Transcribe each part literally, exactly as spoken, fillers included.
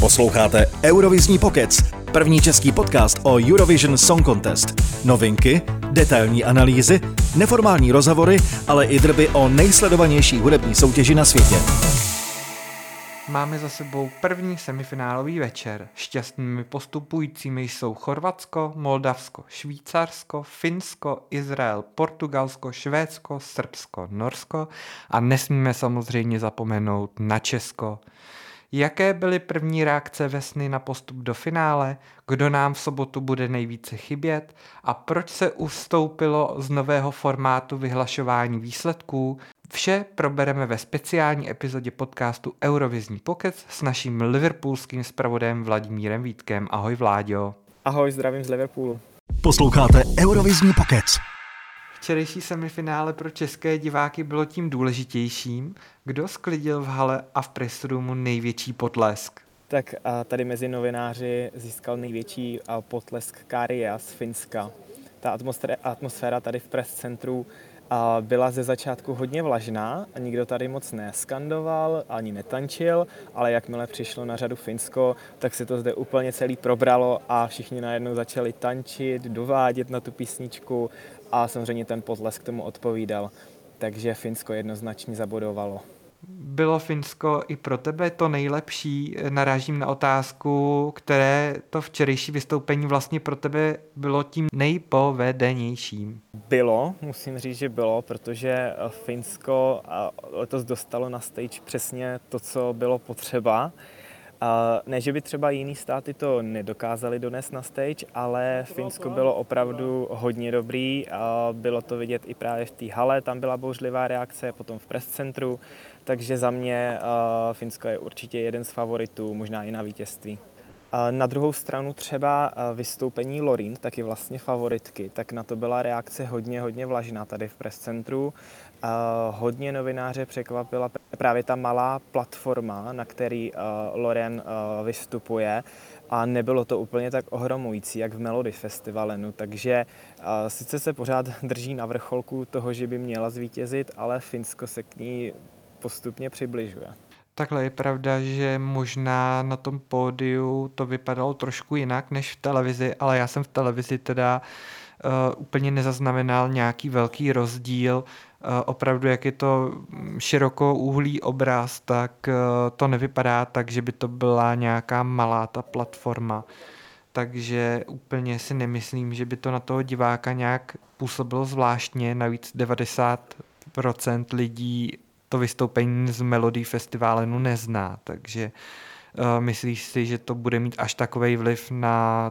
Posloucháte Eurovizní pokec, první český podcast o Eurovision Song Contest. Novinky, detailní analýzy, neformální rozhovory, ale i drby o nejsledovanější hudební soutěži na světě. Máme za sebou první semifinálový večer. Šťastnými postupujícími jsou Chorvatsko, Moldavsko, Švýcarsko, Finsko, Izrael, Portugalsko, Švédsko, Srbsko, Norsko a nesmíme samozřejmě zapomenout na Česko. Jaké byly první reakce Vesny na postup do finále, kdo nám v sobotu bude nejvíce chybět a proč se ustoupilo z nového formátu vyhlašování výsledků? Vše probereme ve speciální epizodě podcastu Eurovizní pokec s naším liverpoolským zpravodajem Vladimírem Vítkem. Ahoj Vláďo. Ahoj, zdravím z Liverpoolu. Posloucháte Eurovizní pokec. Včerejší semifinále pro české diváky bylo tím důležitějším. Kdo sklidil v hale a v pressroomu největší potlesk? Tak a tady mezi novináři získal největší potlesk Käärijä z Finska. Ta atmosféra, atmosféra tady v press centru byla ze začátku hodně vlažná a nikdo tady moc neskandoval ani netančil, ale jakmile přišlo na řadu Finsko, tak se to zde úplně celý probralo a všichni najednou začali tančit, dovádět na tu písničku a samozřejmě ten potlesk k tomu odpovídal. Takže Finsko jednoznačně zabodovalo. Bylo Finsko i pro tebe to nejlepší? Narážím na otázku, které to včerejší vystoupení vlastně pro tebe bylo tím nejpovedenějším. Bylo, musím říct, že bylo, protože Finsko letos dostalo na stage přesně to, co bylo potřeba. Ne, že by třeba jiný státy to nedokázali donést na stage, ale Finsko bylo opravdu hodně dobrý. Bylo to vidět i právě v té hale, tam byla bouřlivá reakce, potom v press centru, takže za mě Finsko je určitě jeden z favoritů, možná i na vítězství. Na druhou stranu třeba vystoupení Loreen, taky vlastně favoritky, tak na to byla reakce hodně, hodně vlažná tady v press centru. Hodně novináře překvapila právě ta malá platforma, na který Loreen vystupuje a nebylo to úplně tak ohromující, jak v Melody Festivalenu, takže sice se pořád drží na vrcholku toho, že by měla zvítězit, ale Finsko se k ní postupně přibližuje. Takhle je pravda, že možná na tom pódiu to vypadalo trošku jinak než v televizi, ale já jsem v televizi teda uh, úplně nezaznamenal nějaký velký rozdíl. Uh, opravdu, jak je to širokouhlý obraz, tak uh, to nevypadá tak, že by to byla nějaká malá ta platforma. Takže úplně si nemyslím, že by to na toho diváka nějak působilo zvláštně, navíc devadesát procent lidí to vystoupení z Melody Festivalenu nezná, takže uh, myslíš si, že to bude mít až takovej vliv na,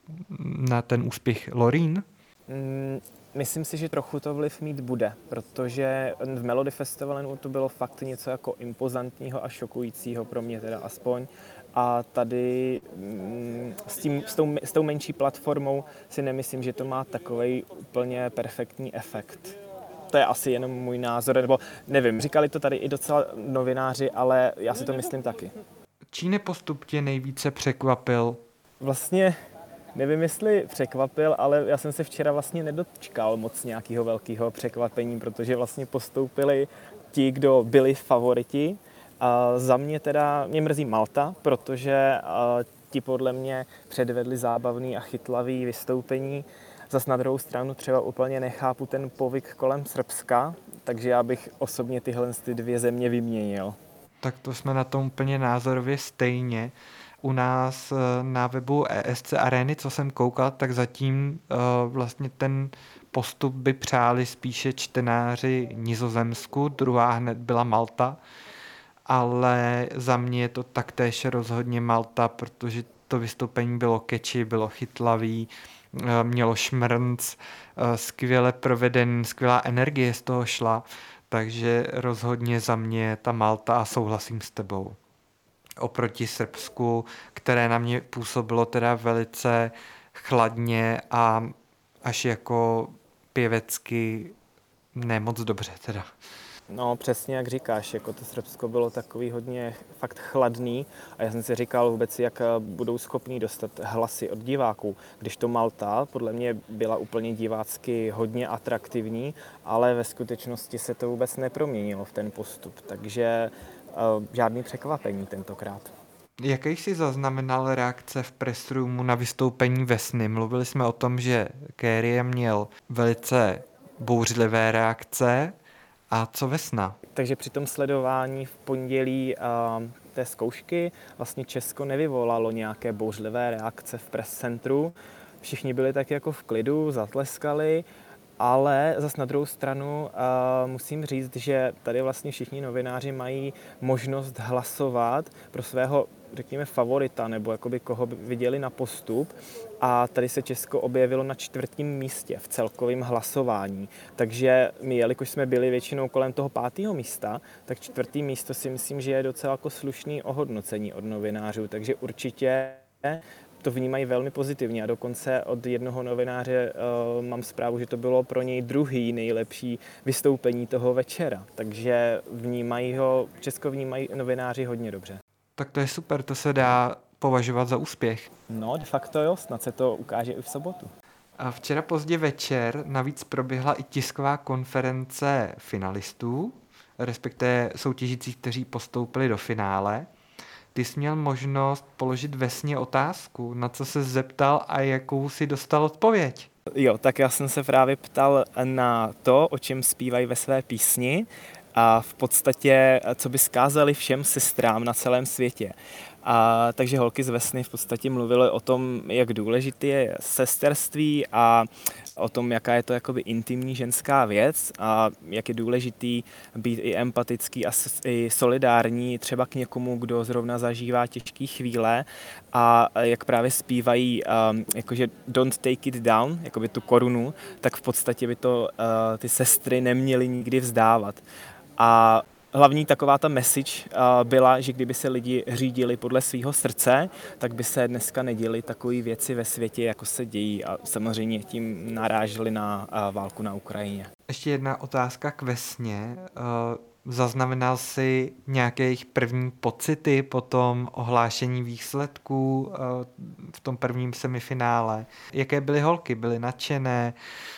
na ten úspěch Loreen? Mm, myslím si, že trochu to vliv mít bude, protože v Melody Festivalenu to bylo fakt něco jako impozantního a šokujícího, pro mě teda aspoň. A tady mm, s, tím, s, tou, s tou menší platformou si nemyslím, že to má takovej úplně perfektní efekt. To je asi jenom můj názor, nebo nevím, říkali to tady i docela novináři, ale já si to myslím taky. Čí nepostup tě nejvíce překvapil? Vlastně nevím, jestli překvapil, ale já jsem se včera vlastně nedočkal moc nějakého velkého překvapení, protože vlastně postoupili ti, kdo byli favoriti. A za mě teda, mě mrzí Malta, protože ti podle mě předvedli zábavný a chytlavý vystoupení. Zas na druhou stranu třeba úplně nechápu ten povyk kolem Srbska, takže já bych osobně tyhle ty dvě země vyměnil. Tak to jsme na tom úplně názorově stejně. U nás na webu E S C Areny, co jsem koukal, tak zatím uh, vlastně ten postup by přáli spíše čtenáři Nizozemsku, druhá hned byla Malta, ale za mě je to taktéž rozhodně Malta, protože to vystoupení bylo catchy, bylo chytlavý, mělo šmrnc, skvěle provedený, skvělá energie z toho šla, takže rozhodně za mě ta Malta a souhlasím s tebou. Oproti Srbsku, které na mě působilo teda velice chladně a až jako pěvecky ne moc dobře teda. No přesně jak říkáš, jako to Srbsko bylo takový hodně fakt chladný a já jsem si říkal vůbec, jak budou schopní dostat hlasy od diváků, když to Malta podle mě byla úplně divácky hodně atraktivní, ale ve skutečnosti se to vůbec neproměnilo v ten postup, takže uh, žádný překvapení tentokrát. Jaký jsi zaznamenal reakce v press roomu na vystoupení Vesny? Mluvili jsme o tom, že Kérie měl velice bouřlivé reakce. A co Vesna? Takže při tom sledování v pondělí uh, té zkoušky vlastně Česko nevyvolalo nějaké bouřlivé reakce v press centru. Všichni byli tak jako v klidu, zatleskali, ale zas na druhou stranu uh, musím říct, že tady vlastně všichni novináři mají možnost hlasovat pro svého, řekněme, favorita, nebo jakoby koho by viděli na postup. A tady se Česko objevilo na čtvrtém místě v celkovém hlasování. Takže my, jelikož jsme byli většinou kolem toho pátého místa, tak čtvrtý místo si myslím, že je docela jako slušný ohodnocení od novinářů. Takže určitě to vnímají velmi pozitivně a dokonce od jednoho novináře uh, mám zprávu, že to bylo pro něj druhý nejlepší vystoupení toho večera. Takže vnímají ho, Česko vnímají novináři hodně dobře. Tak to je super, to se dá považovat za úspěch. No, de facto jo, snad se to ukáže i v sobotu. A včera pozdě večer navíc proběhla i tisková konference finalistů, respektive soutěžících, kteří postoupili do finále. Ty jsi měl možnost položit Vesně otázku, na co se zeptal a jakou si dostal odpověď. Jo, tak já jsem se právě ptal na to, o čem zpívají ve své písni a v podstatě, co by zkázali všem sestrám na celém světě. A takže holky z Vesny v podstatě mluvily o tom, jak důležité je sesterství a o tom, jaká je to jakoby intimní ženská věc a jak je důležitý být i empatický a i solidární třeba k někomu, kdo zrovna zažívá těžké chvíle a jak právě zpívají um, jakože don't take it down, jakoby tu korunu, tak v podstatě by to uh, ty sestry neměly nikdy vzdávat. A hlavní taková ta message byla, že kdyby se lidi řídili podle svého srdce, tak by se dneska neděly takové věci ve světě, jako se dějí a samozřejmě tím naráželi na válku na Ukrajině. Ještě jedna otázka k Vesně. Zaznamenal jsi nějaké jejich první pocity po tom ohlášení výsledků v tom prvním semifinále? Jaké byly holky? Byly nadšené?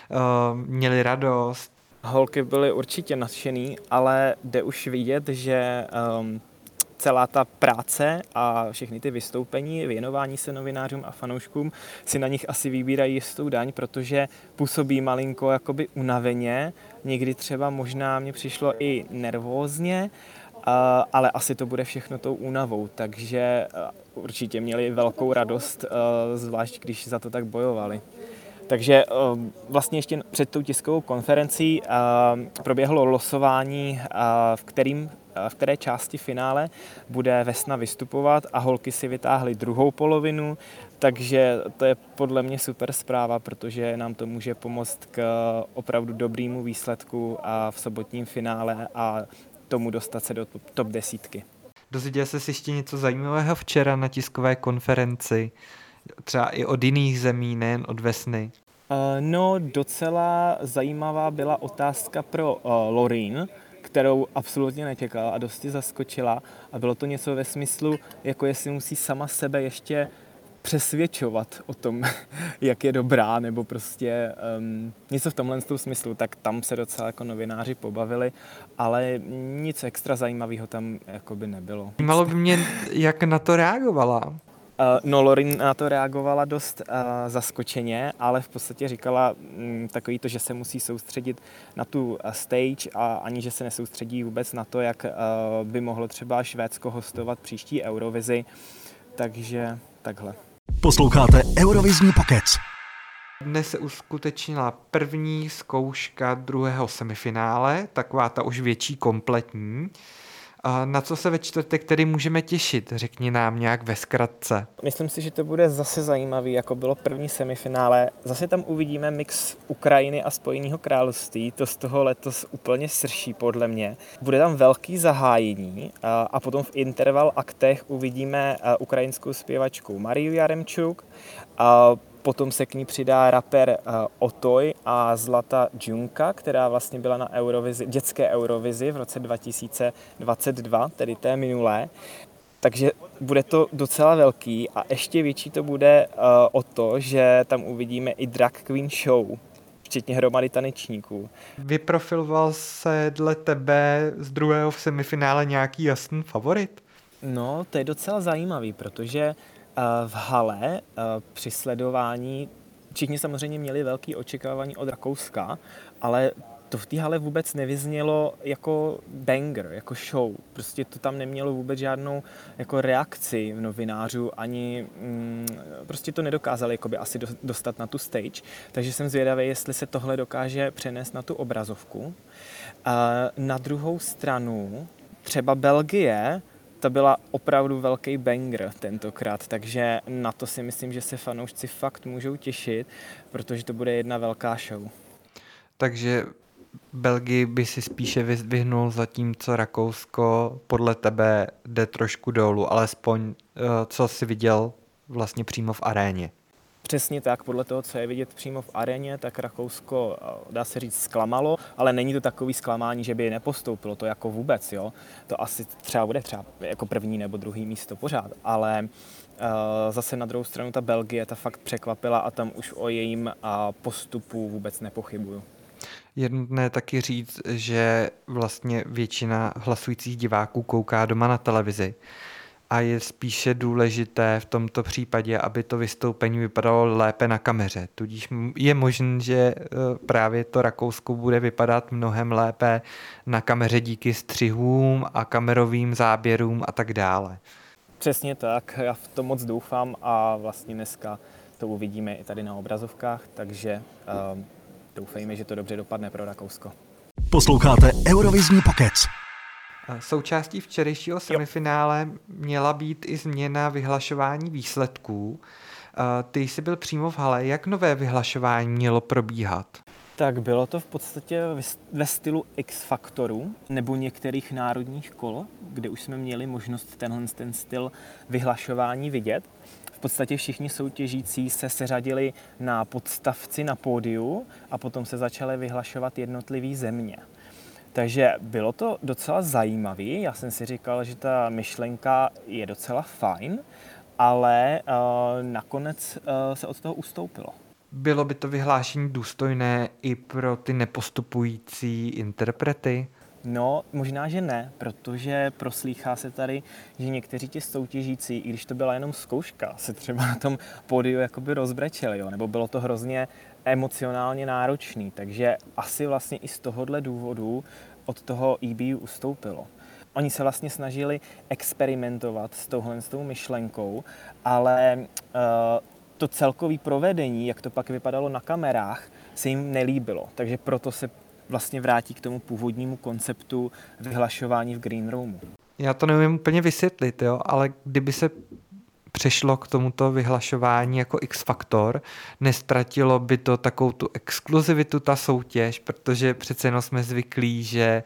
Měly radost? Holky byly určitě nadšený, ale jde už vidět, že um, celá ta práce a všechny ty vystoupení, věnování se novinářům a fanouškům si na nich asi vybírají jistou daň, protože působí malinko jakoby unaveně, někdy třeba možná mně přišlo i nervózně, uh, ale asi to bude všechno tou únavou, takže uh, určitě měli velkou radost, uh, zvlášť když za to tak bojovali. Takže vlastně ještě před tou tiskovou konferencí proběhlo losování, v, kterým, v které části finále bude Vesna vystupovat a holky si vytáhly druhou polovinu, takže to je podle mě super zpráva, protože nám to může pomoct k opravdu dobrému výsledku a v sobotním finále a tomu dostat se do top desítky. Dozvěděl jsi ještě něco zajímavého včera na tiskové konferenci? Třeba i od jiných zemí, nejen od Vesny? No, docela zajímavá byla otázka pro uh, Lorin, kterou absolutně nečekala a dosti zaskočila. A bylo to něco ve smyslu, jako jestli musí sama sebe ještě přesvědčovat o tom, jak je dobrá, nebo prostě um, něco v tomhle smyslu. Tak tam se docela jako novináři pobavili, ale nic extra zajímavého tam jakoby nebylo. Zajímalo by mě, jak na to reagovala. No, Lorin na to reagovala dost uh, zaskočeně, ale v podstatě říkala um, takový to, že se musí soustředit na tu uh, stage a ani, že se nesoustředí vůbec na to, jak uh, by mohlo třeba Švédsko hostovat příští Eurovizi. Takže takhle. Posloucháte Eurovizní pokec. Dnes se uskutečnila první zkouška druhého semifinále, taková ta už větší, kompletní. Na co se ve čtvrtek tedy můžeme těšit? Řekni nám nějak ve zkratce. Myslím si, že to bude zase zajímavý, jako bylo první semifinále. Zase tam uvidíme mix Ukrajiny a Spojeného království. To z toho letos úplně srší, podle mě. Bude tam velký zahájení a potom v interval aktech uvidíme ukrajinskou zpěvačku Mariu Jaremčuk. A potom se k ní přidá rapper Otoj a Zlata Džunka, která vlastně byla na Eurovizi, dětské Eurovizi v roce dva tisíce dvacet dva, tedy té minulé. Takže bude to docela velký a ještě větší to bude o to, že tam uvidíme i drag queen show, včetně hromady tanečníků. Vyprofiloval se dle tebe z druhého v semifinále nějaký jasný favorit? No, to je docela zajímavý, protože v hale při sledování všichni samozřejmě měli velké očekávání od Rakouska, ale to v té hale vůbec nevyznělo jako banger, jako show. Prostě to tam nemělo vůbec žádnou jako reakci v novinářů, ani mm, prostě to nedokázali jakoby asi dostat na tu stage. Takže jsem zvědavý, jestli se tohle dokáže přenést na tu obrazovku. A na druhou stranu třeba Belgie, to byla opravdu velký banger tentokrát, takže na to si myslím, že se fanoušci fakt můžou těšit, protože to bude jedna velká show. Takže Belgii by si spíše vyzdvihnul, zatímco Rakousko podle tebe jde trošku dolů, alespoň co jsi viděl vlastně přímo v aréně. Přesně tak, podle toho, co je vidět přímo v aréně, tak Rakousko, dá se říct, zklamalo, ale není to takový zklamání, že by je nepostoupilo, to jako vůbec, jo. To asi třeba bude třeba jako první nebo druhý místo pořád, ale uh, zase na druhou stranu ta Belgie, ta fakt překvapila a tam už o jejím uh, postupu vůbec nepochybuju. Je nutné taky říct, že vlastně většina hlasujících diváků kouká doma na televizi a je spíše důležité v tomto případě, aby to vystoupení vypadalo lépe na kameře. Tudíž je možné, že právě to Rakousko bude vypadat mnohem lépe na kameře díky střihům a kamerovým záběrům a tak dále. Přesně tak, já v to moc doufám a vlastně dneska to uvidíme i tady na obrazovkách, takže um, doufejme, že to dobře dopadne pro Rakousko. Posloucháte Eurovizní pokec. Součástí včerejšího semifinále měla být i změna vyhlašování výsledků. Ty jsi byl přímo v hale. Jak nové vyhlašování mělo probíhat? Tak bylo to v podstatě ve stylu X-faktoru nebo některých národních kol, kde už jsme měli možnost tenhle ten styl vyhlašování vidět. V podstatě všichni soutěžící se seřadili na podstavci na pódiu a potom se začaly vyhlašovat jednotlivé země. Takže bylo to docela zajímavý, já jsem si říkal, že ta myšlenka je docela fajn, ale uh, nakonec uh, se od toho ustoupilo. Bylo by to vyhlášení důstojné i pro ty nepostupující interprety? No, možná, že ne, protože proslýchá se tady, že někteří ti soutěžící, i když to byla jenom zkouška, se třeba na tom pódiu jakoby rozbrečeli, jo? Nebo bylo to hrozně emocionálně náročný, takže asi vlastně i z tohohle důvodu od toho E B U ustoupilo. Oni se vlastně snažili experimentovat s touhle s tou myšlenkou, ale uh, to celkové provedení, jak to pak vypadalo na kamerách, se jim nelíbilo, takže proto se vlastně vrátí k tomu původnímu konceptu vyhlašování v Green Roomu. Já to neumím úplně vysvětlit, jo, ale kdyby se přešlo k tomuto vyhlašování jako X-faktor, nestratilo by to takovou tu exkluzivitu, ta soutěž, protože přece jenom jsme zvyklí, že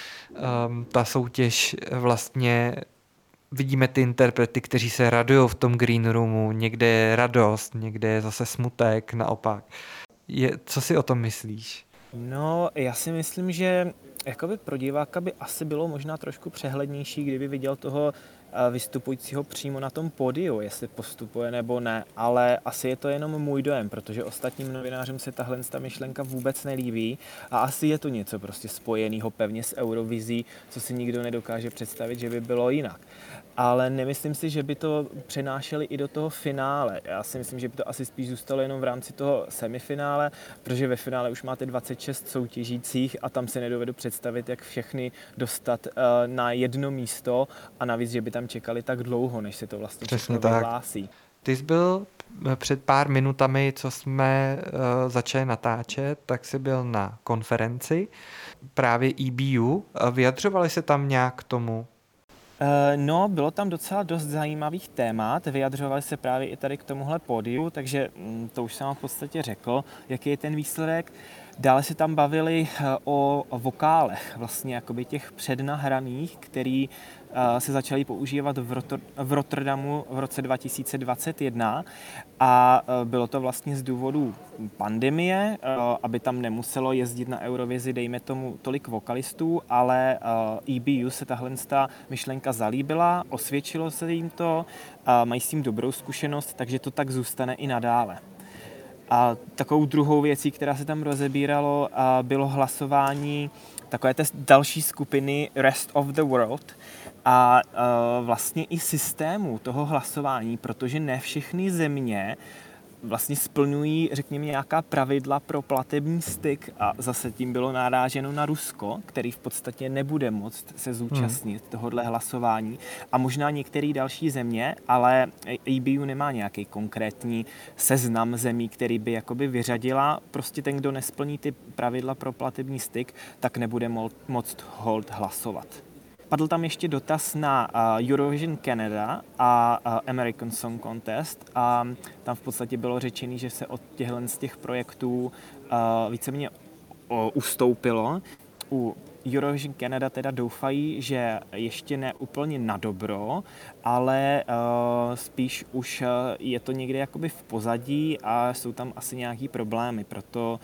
um, ta soutěž vlastně vidíme ty interprety, kteří se radují v tom Green Roomu, někde je radost, někde je zase smutek, naopak. Je, co si o tom myslíš? No, já si myslím, že jakoby pro diváka by asi bylo možná trošku přehlednější, kdyby viděl toho vystupujícího přímo na tom pódiu, jestli postupuje nebo ne, ale asi je to jenom můj dojem, protože ostatním novinářům se tahle ta myšlenka vůbec nelíbí a asi je to něco prostě spojeného pevně s Eurovizí, co si nikdo nedokáže představit, že by bylo jinak. Ale nemyslím si, že by to přenášeli i do toho finále. Já si myslím, že by to asi spíš zůstalo jenom v rámci toho semifinále, protože ve finále už máte dvacet šest soutěžících a tam se nedovedu představit, jak všechny dostat uh, na jedno místo a navíc, že by tam čekali tak dlouho, než se to vlastně všechno vyhlásí. Ty jsi byl před pár minutami, co jsme uh, začali natáčet, tak jsi byl na konferenci právě E B U. Vyjadřovali se tam nějak k tomu? No, bylo tam docela dost zajímavých témat, vyjadřovali se právě i tady k tomuhle pódiu, takže to už jsem vám v podstatě řekl, jaký je ten výsledek. Dále se tam bavili o vokálech, vlastně jakoby těch přednahraných, který se začaly používat v, Rotter- v Rotterdamu v roce dva tisíce dvacet jedna a bylo to vlastně z důvodu pandemie, aby tam nemuselo jezdit na Eurovizi, dejme tomu, tolik vokalistů, ale E B U se tahle myšlenka zalíbila, osvědčilo se jim to, mají s tím dobrou zkušenost, takže to tak zůstane i nadále. A takovou druhou věcí, která se tam rozebíralo, bylo hlasování takové té další skupiny Rest of the World a vlastně i systému toho hlasování, protože ne všechny země vlastně splňují, řekněme, nějaká pravidla pro platební styk a zase tím bylo naráženo na Rusko, který v podstatě nebude moct se zúčastnit hmm. tohohle hlasování a možná některé další země, ale E B U nemá nějaký konkrétní seznam zemí, který by jakoby vyřadila. Prostě ten, kdo nesplní ty pravidla pro platební styk, tak nebude mo- moct hold hlasovat. Padl tam ještě dotaz na uh, Eurovision Canada a uh, American Song Contest a tam v podstatě bylo řečené, že se od těchto z těch projektů uh, víceméně uh, ustoupilo. U Eurovision Canada teda doufají, že ještě ne úplně na dobro, ale uh, spíš už uh, je to někde jakoby v pozadí a jsou tam asi nějaký problémy, proto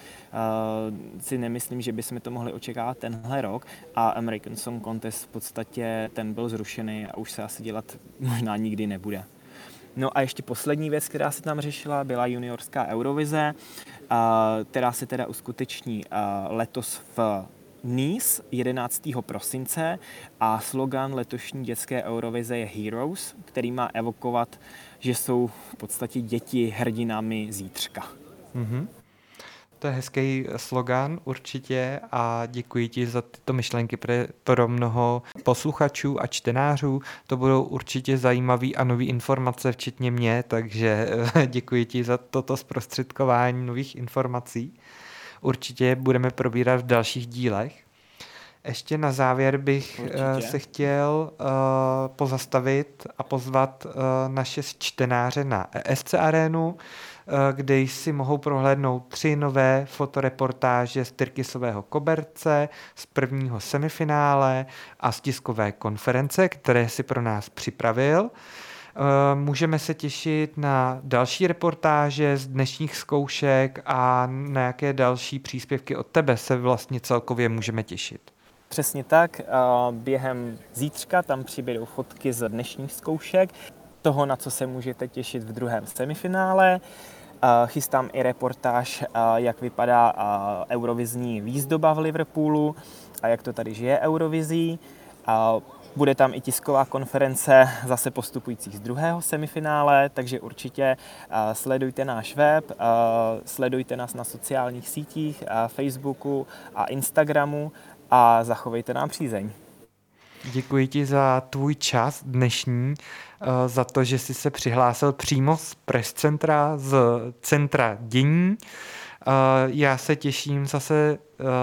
uh, si nemyslím, že bychom to mohli očekávat tenhle rok a American Song Contest v podstatě ten byl zrušený a už se asi dělat možná nikdy nebude. No a ještě poslední věc, která se tam řešila, byla juniorská Eurovize, uh, která se teda uskuteční uh, letos v Nice jedenáctého prosince a slogan letošní dětské Eurovize je Heroes, který má evokovat, že jsou v podstatě děti hrdinami zítřka. Mm-hmm. To je hezký slogan určitě a děkuji ti za tyto myšlenky pro mnoho posluchačů a čtenářů. To budou určitě zajímavé a nové informace, včetně mě, takže děkuji ti za toto zprostředkování nových informací. Určitě budeme probírat v dalších dílech. Ještě na závěr bych určitě se chtěl uh, pozastavit a pozvat uh, naše čtenáře na E S C Arenu, uh, kde si mohou prohlédnout tři nové fotoreportáže z Tyrkisového koberce, z prvního semifinále a z tiskové konference, které si pro nás připravil. Můžeme se těšit na další reportáže z dnešních zkoušek a na jaké další příspěvky od tebe se vlastně celkově můžeme těšit. Přesně tak. Během zítřka tam přibydou fotky z dnešních zkoušek, toho, na co se můžete těšit v druhém semifinále. Chystám i reportáž, jak vypadá eurovizní výzdoba v Liverpoolu a jak to tady žije Eurovizí. Bude tam i tisková konference zase postupujících z druhého semifinále, takže určitě sledujte náš web, sledujte nás na sociálních sítích, Facebooku a Instagramu a zachovejte nám přízeň. Děkuji ti za tvůj čas dnešní, za to, že jsi se přihlásil přímo z press centra, z centra dění. Já se těším zase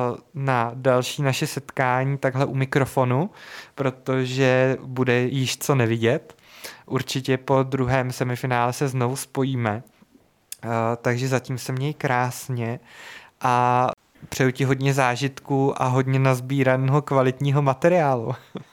na další naše setkání takhle u mikrofonu, protože bude již co nevidět. Určitě po druhém semifinále se znovu spojíme. Takže zatím se měj krásně a přeju ti hodně zážitků a hodně nazbíraného kvalitního materiálu.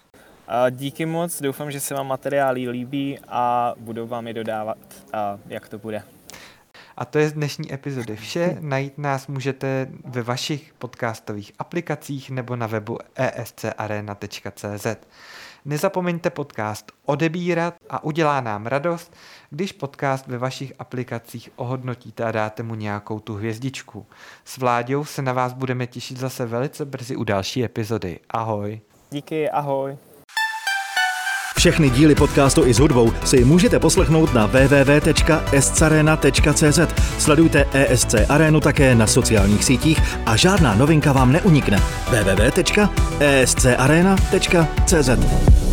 Díky moc, doufám, že se vám materiály líbí a budou vám je dodávat, jak to bude. A to je z dnešní epizody vše. Najít nás můžete ve vašich podcastových aplikacích nebo na webu e s c arena tečka c z. Nezapomeňte podcast odebírat a udělá nám radost, když podcast ve vašich aplikacích ohodnotíte a dáte mu nějakou tu hvězdičku. S Vláďou se na vás budeme těšit zase velice brzy u další epizody. Ahoj. Díky, ahoj. Všechny díly podcastu i s hudbou si můžete poslechnout na w w w tečka s c arena tečka c z. Sledujte E S C Arenu také na sociálních sítích a žádná novinka vám neunikne. w w w tečka e s c arena tečka c z